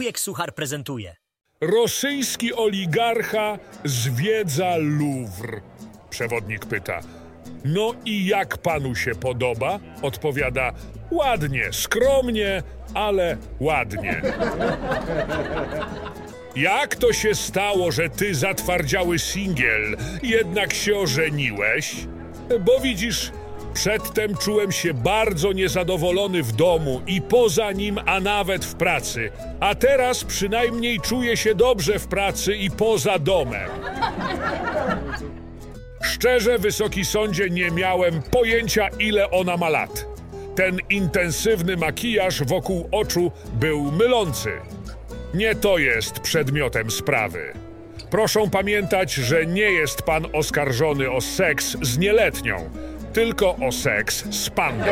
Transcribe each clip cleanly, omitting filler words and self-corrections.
wujek Suchar prezentuje. Rosyjski oligarcha zwiedza Louvre. Przewodnik pyta. No i jak panu się podoba? Odpowiada. Ładnie, skromnie, ale ładnie. Jak to się stało, że ty, zatwardziały singiel, jednak się ożeniłeś? Bo widzisz, przedtem czułem się bardzo niezadowolony w domu i poza nim, a nawet w pracy. A teraz przynajmniej czuję się dobrze w pracy i poza domem. Szczerze, wysoki sądzie, nie miałem pojęcia, ile ona ma lat. Ten intensywny makijaż wokół oczu był mylący. Nie to jest przedmiotem sprawy. Proszę pamiętać, że nie jest pan oskarżony o seks z nieletnią, tylko o seks z pandą.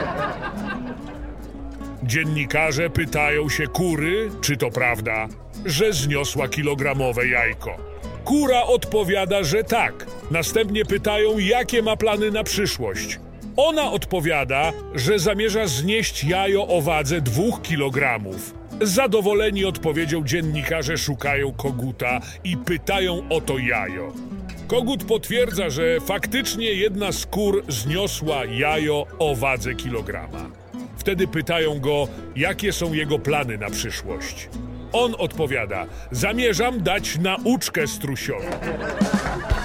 Dziennikarze pytają się kury, czy to prawda, że zniosła kilogramowe jajko. Kura odpowiada, że tak. Następnie pytają, jakie ma plany na przyszłość. Ona odpowiada, że zamierza znieść jajo o wadze 2 kilogramów. Zadowoleni odpowiedzią dziennikarze szukają koguta i pytają o to jajo. Kogut potwierdza, że faktycznie jedna z kur zniosła jajo o wadze kilograma. Wtedy pytają go, jakie są jego plany na przyszłość. On odpowiada, zamierzam dać nauczkę strusiowi.